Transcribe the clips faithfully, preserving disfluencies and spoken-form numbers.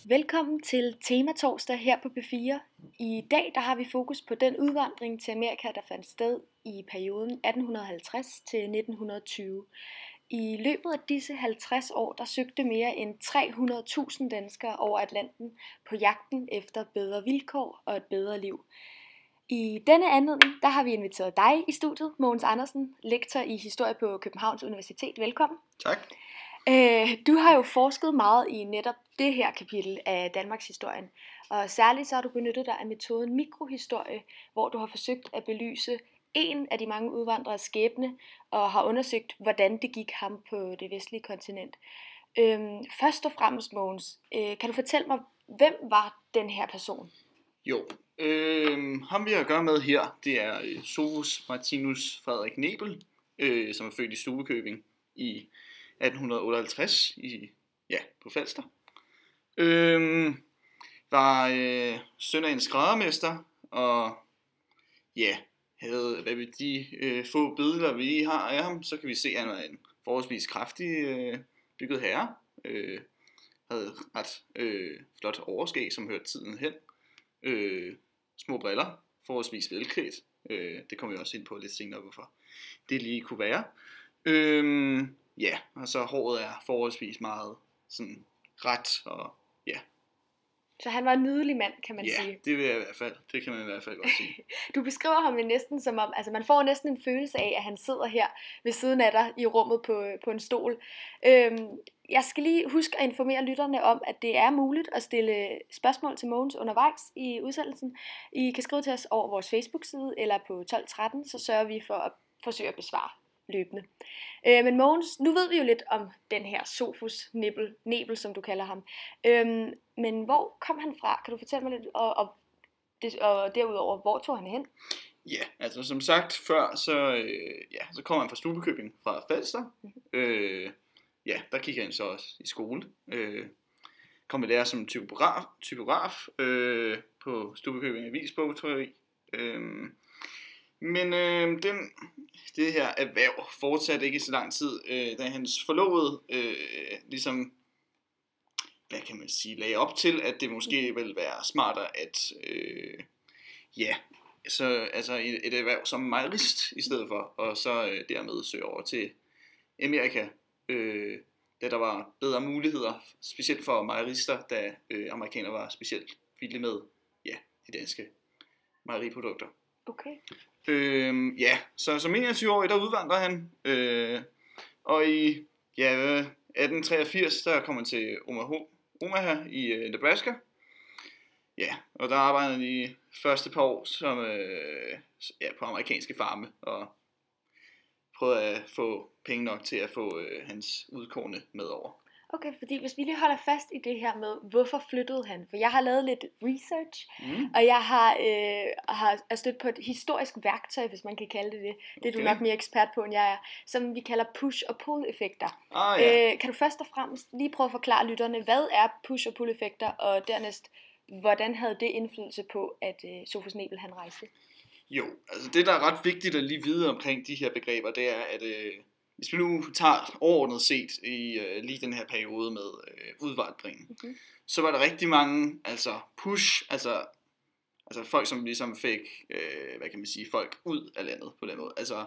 Velkommen til Tematorsdag her på P fire. I dag der har vi fokus på den udvandring til Amerika, der fandt sted i perioden atten halvtreds til nitten tyve. I løbet af disse halvtreds år, der søgte mere end tre hundrede tusind danskere over Atlanten på jagten efter bedre vilkår og et bedre liv. I denne anledning, der har vi inviteret dig i studiet, Mogens Andersen, lektor i historie på Københavns Universitet. Velkommen. Tak. Du har jo forsket meget i netop det her kapitel af Danmarks historien, og særligt så har du benyttet dig af metoden mikrohistorie, hvor du har forsøgt at belyse en af de mange udvandreres skæbne, og har undersøgt, hvordan det gik ham på det vestlige kontinent. Øhm, først og fremmest, Mogens, øh, kan du fortælle mig, hvem var den her person? Jo, øh, ham vi har at gøre med her, det er øh, Sophus Martinus Frederik Nebel, øh, som er født i Stubbekøbing i atten otteoghalvtreds i, ja, på Falster. Øh, var øh, søn af en skræddermester, og ja, havde, hvad ved de øh, få billeder vi har af ham, så kan vi se, at han var en forholdsvis kraftig øh, bygget herre. Øh, havde ret øh, flot overskæg, som hørte tiden hen. Øh, små briller, forholdsvis velklædt. Øh, det kommer vi også ind på lidt senere, hvorfor det lige kunne være. Øh, ja, og så håret er forholdsvis meget sådan ret og ja. Så han var en nydelig mand, kan man ja, sige. Ja, det vil jeg i hvert fald. Det kan man i hvert fald godt sige. Du beskriver ham jo næsten som om, altså man får næsten en følelse af, at han sidder her ved siden af dig i rummet på, på en stol. Øhm, jeg skal lige huske at informere lytterne om, at det er muligt at stille spørgsmål til Mogens undervejs i udsendelsen. I kan skrive til os over vores Facebook-side eller på tolv tretten, så sørger vi for at forsøge at besvare løbende. Øh, men Mogens, nu ved vi jo lidt om den her Sophus Nebel, Nebel som du kalder ham. Øhm, men hvor kom han fra? Kan du fortælle mig lidt? Og, og, det, og derudover, hvor tog han hen? Ja, altså som sagt før, så, øh, ja, så kom han fra Stubbekøbing fra Falster. Mm-hmm. Øh, ja, der gik han så også i skole. Øh, kom i lære som typograf, typograf øh, på Stubbekøbing Avisbogtrykkeri. Øh, Men øh, den, det her erhverv fortsatte ikke så lang tid, øh, da hans forlovede øh, ligesom, hvad kan man sige, lagde op til, at det måske ville være smartere at, øh, ja, så, altså et, et erhverv som mejerist i stedet for, og så øh, dermed søge over til Amerika, øh, da der var bedre muligheder, specielt for mejerister, da øh, amerikanere var specielt vilde med, ja, de danske mejeriprodukter. Okay. Øhm, ja, så som enogtyve-årig, der udvandrer han, øh, og i ja, atten treogfirs, der kommer han til Omaha, Omaha i øh, Nebraska. Ja, og der arbejder han i første par år som, øh, ja, på amerikanske farme, og prøver at få penge nok til at få øh, hans udkårne med over. Okay, fordi hvis vi lige holder fast i det her med, hvorfor flyttede han? For jeg har lavet lidt research, mm. og jeg har, øh, har er stødt på et historisk værktøj, hvis man kan kalde det det. Det er okay. Du nok mere ekspert på, end jeg er. Som vi kalder push- og pull-effekter. Ah, ja. øh, kan du først og fremmest lige prøve at forklare lytterne, hvad er push- og pull-effekter, og dernæst, hvordan havde det indflydelse på, at øh, Sophus Nebel han rejste? Jo, altså det der er ret vigtigt at lige vide omkring de her begreber, det er, at øh, hvis vi nu tager overordnet set i øh, lige den her periode med øh, udvandringen, mm-hmm. så var der rigtig mange, altså push, altså, altså folk som ligesom fik, øh, hvad kan man sige, folk ud af landet på den måde. Altså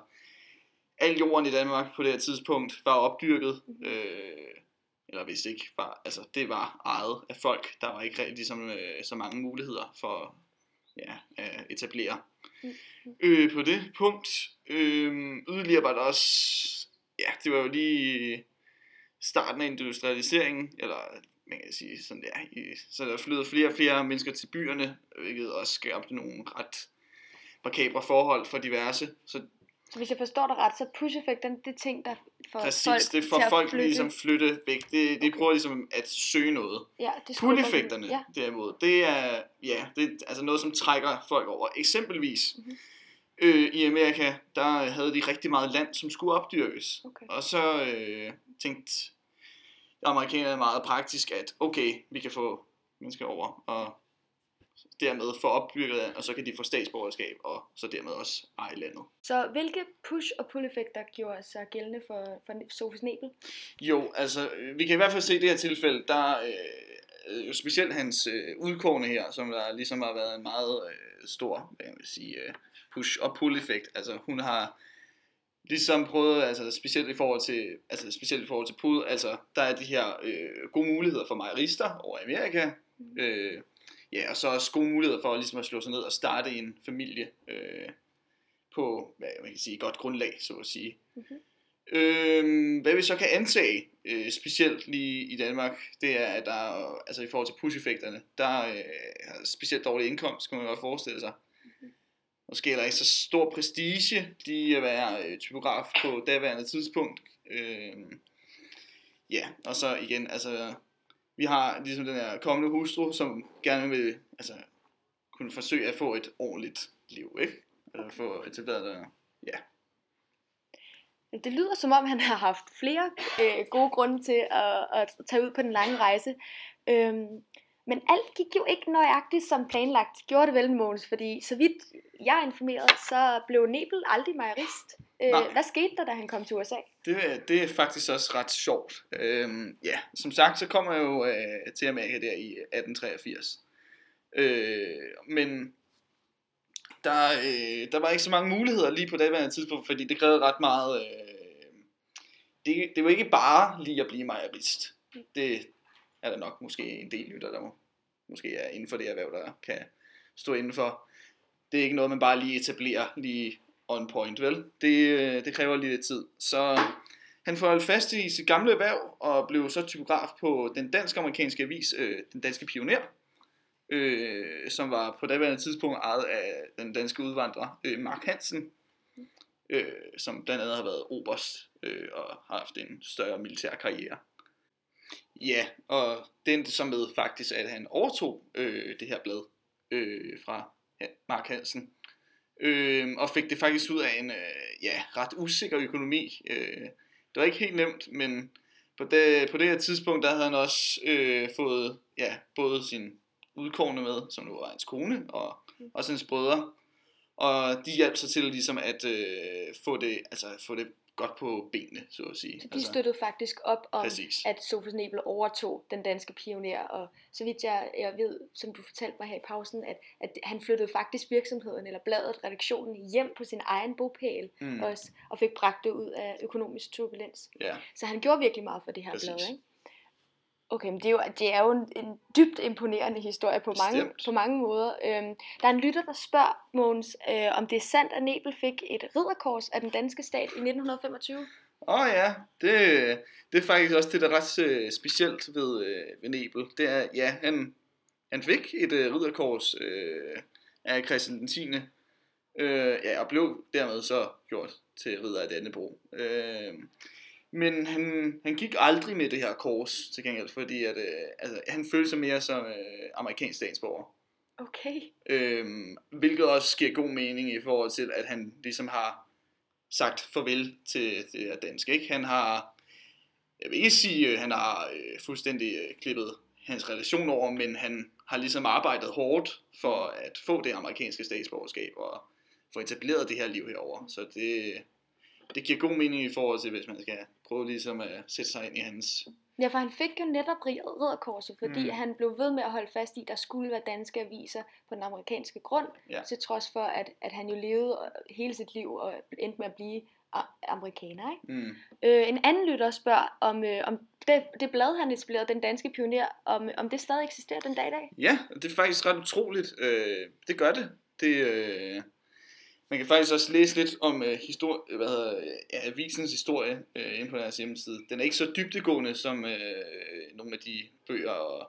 al jorden i Danmark på det her tidspunkt var opdyrket, mm-hmm. øh, eller hvis ikke var, altså det var ejet af folk. Der var ikke rigtig ligesom, øh, så mange muligheder for ja, at etablere. Mm-hmm. Øh, på det punkt, øh, yderligere var der også, ja, det var jo lige starten af industrialiseringen, eller man kan sige sådan der, i, så der flyttede flere og flere mennesker til byerne, hvilket også skabte nogle ret makabre forhold for diverse. Så, så hvis jeg forstår dig ret, så push-effekterne, det er ting, der får præcis, folk det får til folk at flytte. ligesom flytte væk. Det, det okay. prøver ligesom at søge noget. Ja, pull-effekterne ja. derimod, det er, ja, det er altså noget, som trækker folk over. Eksempelvis, mm-hmm. Øh, i Amerika, der havde de rigtig meget land, som skulle opdyrkes. Okay. Og så øh, tænkte amerikanerne meget praktisk, at okay, vi kan få mennesker over, og dermed få opdyrket land, og så kan de få statsborgerskab, og så dermed også eje landet. Så hvilke push- og pull-effekter gjorde sig gældende for, for Sophus Nebel? Jo, altså, vi kan i hvert fald se i det her tilfælde, der, øh, øh, jo specielt hans øh, udkårne her, som der ligesom har været en meget øh, stor, hvad jeg vil sige, øh, push og pull effekt. Altså hun har ligesom prøvet, altså specielt i forhold til, altså specielt i forhold til pull, altså der er de her øh, gode muligheder for mejerister over i Amerika. Mm. Øh, ja, og så også gode muligheder for ligesom at slå sig ned og starte en familie øh, på, hvad man kan sige, godt grundlag, så at sige. Mm-hmm. Øh, hvad vi så kan antage, øh, specielt lige i Danmark, det er, at der, altså i forhold til push-effekterne, der øh, er specielt dårlig indkomst, kan man godt forestille sig. Mm-hmm. Måske er der ikke så stor prestige lige at være øh, typograf på daværende tidspunkt. Øh, ja, og så igen, altså vi har ligesom den her kommende hustru, som gerne vil altså, kunne forsøge at få et ordentligt liv, ikke? Altså få etableret der, ja. Det lyder som om han har haft flere øh, gode grunde til at, at tage ud på den lange rejse. Øhm, men alt gik jo ikke nøjagtigt som planlagt. Gjorde det vel, Mogens? Fordi så vidt jeg er informeret, så blev Nebel aldrig mejerist. Øh, hvad skete der, da han kom til U S A? Det, det er faktisk også ret sjovt. Øhm, ja, som sagt, så kommer jeg jo øh, til Amerika der i atten treogfirs. Øh, men der, øh, der var ikke så mange muligheder lige på daværende tidspunkt, fordi det krævede ret meget. Øh, det, det var ikke bare lige at blive mejerist. Det er der nok måske en del lytter, der må, måske er inden for det erhverv, der kan stå indenfor. Det er ikke noget, man bare lige etablerer lige on point, vel? Det, det kræver lidt tid. Så han får holdt fast i sit gamle erhverv og blev så typograf på den dansk-amerikanske avis, øh, Den Danske Pioner, øh, som var på daværende tidspunkt ejet af den danske udvandrer øh, Mark Hansen, øh, som blandt andet har været oberst øh, og har haft en større militær karriere. Ja, og det endte så med faktisk, at han overtog øh, det her blad øh, fra Mark Hansen. Øh, og fik det faktisk ud af en øh, ja, ret usikker økonomi. Øh, det var ikke helt nemt, men på det, på det her tidspunkt, der havde han også øh, fået ja, både sin udkårne med, som nu var hans kone, og også hans brødre. Og de hjalp sig til ligesom at øh, få, det, altså, få det godt på benene, så at sige. Så de støttede altså, faktisk op om, præcis. At Sophus Nebel overtog Den Danske Pioner, og så vidt jeg, jeg ved, som du fortalte mig her i pausen, at, at han flyttede faktisk virksomheden, eller bladet, redaktionen, hjem på sin egen bopæl, mm. også, og fik bragt det ud af økonomisk turbulens. Ja. Så han gjorde virkelig meget for det her præcis. blad, ikke? Okay, men det er jo, det er jo en, en dybt imponerende historie på mange, på mange måder. Øhm, der er en lytter, der spørger, Mogens, øh, om det er sandt, at Nebel fik et ridderkors af den danske stat i nitten femogtyve? Åh oh ja, det, det er faktisk også det, der er ret øh, specielt ved, øh, ved Nebel. Det er, ja, han, han fik et øh, ridderkors øh, af Christian den tiende. Øh, ja, og blev dermed så gjort til ridder af Dannebrog. Øh, Men han, han gik aldrig med det her kors til gengæld, fordi at, øh, altså, han følte sig mere som øh, amerikansk statsborger. Okay. Øhm, hvilket også giver god mening i forhold til, at han ligesom har sagt farvel til det her dansk. Ikke? Han har, jeg vil ikke sige, at han har øh, fuldstændig øh, klippet hans relation over, men han har ligesom arbejdet hårdt for at få det amerikanske statsborgerskab og få etableret det her liv herover. Så det... Det giver god mening i forhold til, hvis man skal prøve ligesom at sætte sig ind i hans... Ja, for han fik jo netop ridderkorset, fordi mm. han blev ved med at holde fast i, at der skulle være danske aviser på den amerikanske grund, ja. Til trods for, at, at han jo levede hele sit liv og endte med at blive amerikaner. Ikke? Mm. Øh, en anden lytter spørger, om, øh, om det, det blad, han etablerede, Den Danske Pioner, om, om det stadig eksisterer den dag i dag? Ja, det er faktisk ret utroligt. Øh, det gør det. Det... Øh... Man kan faktisk også læse lidt om øh, histori- hvad hedder, ja, avisens historie øh, inde på deres hjemmeside. Den er ikke så dybdegående som øh, nogle af de bøger og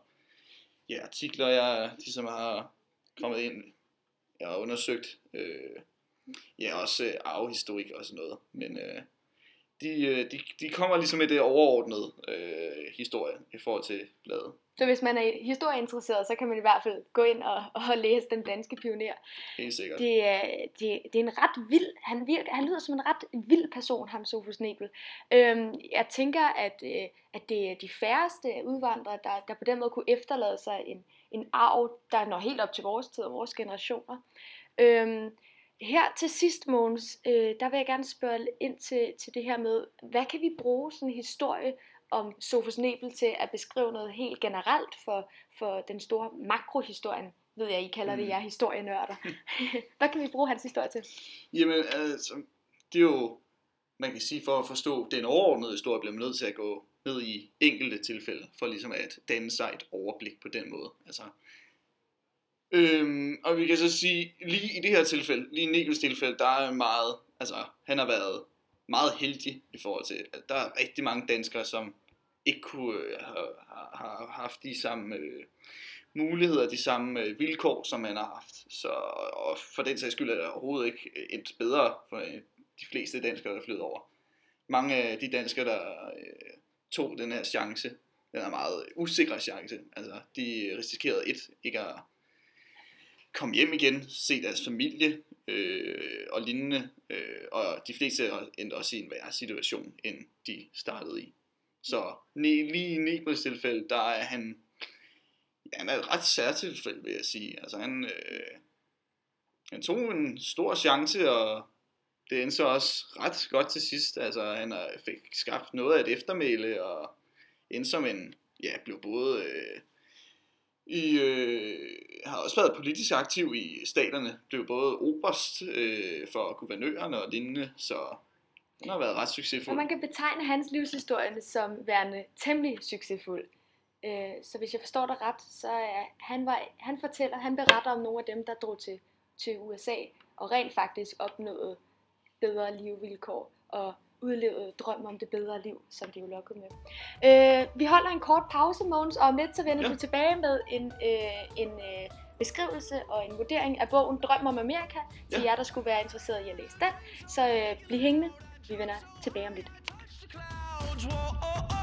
ja, artikler, jeg ligesom har kommet ind og har undersøgt. Øh, ja, også øh, arvehistorik og sådan noget. Men øh, de, de, de kommer ligesom med det overordnede øh, historie i forhold til bladet. Så hvis man er historieinteresseret, så kan man i hvert fald gå ind og, og læse Den Danske Pioner. Helt sikkert. Det er, det, det er en ret vild, han, virker, han lyder som en ret vild person, ham Sophus Nebel. Øhm, jeg tænker, at, øh, at det er de færreste udvandrere, der, der på den måde kunne efterlade sig en, en arv, der når helt op til vores tid og vores generationer. Øhm, her til sidst, Mogens, øh, der vil jeg gerne spørge ind til, til det her med, hvad kan vi bruge sådan en historie om Sofus Nebel til at beskrive noget helt generelt for, for den store makrohistorien. Ved jeg, I kalder det jer historienørder. Hvad kan vi bruge hans historie til? Jamen, altså, det er jo, man kan sige, for at forstå den overordnede historie, bliver man nødt til at gå ned i enkelte tilfælde, for ligesom at danne sig et overblik på den måde. Altså, øhm, og vi kan så sige, lige i det her tilfælde, lige i Nebels tilfælde, der er meget, altså, han har været meget heldig i forhold til, at der er rigtig mange danskere, som ikke kunne øh, have, have haft de samme øh, muligheder, de samme øh, vilkår, som han har haft. Så, og for den sags skyld er det overhovedet ikke endt bedre for øh, de fleste danskere, der er flyttet over. Mange af de danskere, der øh, tog den her chance, den er meget usikker chance. Altså, de risikerede et, ikke at komme hjem igen, se deres familie øh, og lignende, øh, og de fleste endte også i en værre situation, end de startede i. Så lige i Nebels tilfælde, der er han, ja, han er et ret særtilfælde, vil jeg sige. Altså han, øh, han tog en stor chance, og det endte så også ret godt til sidst. Altså han fik skabt noget af et eftermæle, og endte som en, ja, blev både øh, i, øh, har også været politisk aktiv i staterne, blev både oberst øh, for guvernørerne og lignende, så han har været ret succesfuld. Og man kan betegne hans livshistorie som værende temmelig succesfuld. Øh, så hvis jeg forstår dig ret, så er han, var, han fortæller, han beretter om nogle af dem, der drog til, til U S A og rent faktisk opnåede bedre livsvilkår og udlevede drøm om det bedre liv, som de jo lokkede med. Øh, vi holder en kort pause, Mogens, og om lidt så vender ja. du tilbage med en, øh, en øh, beskrivelse og en vurdering af bogen Drøm om Amerika, til ja. jer, der skulle være interesseret i at læse den. Så øh, bliv hængende, vi vender tilbage om lidt.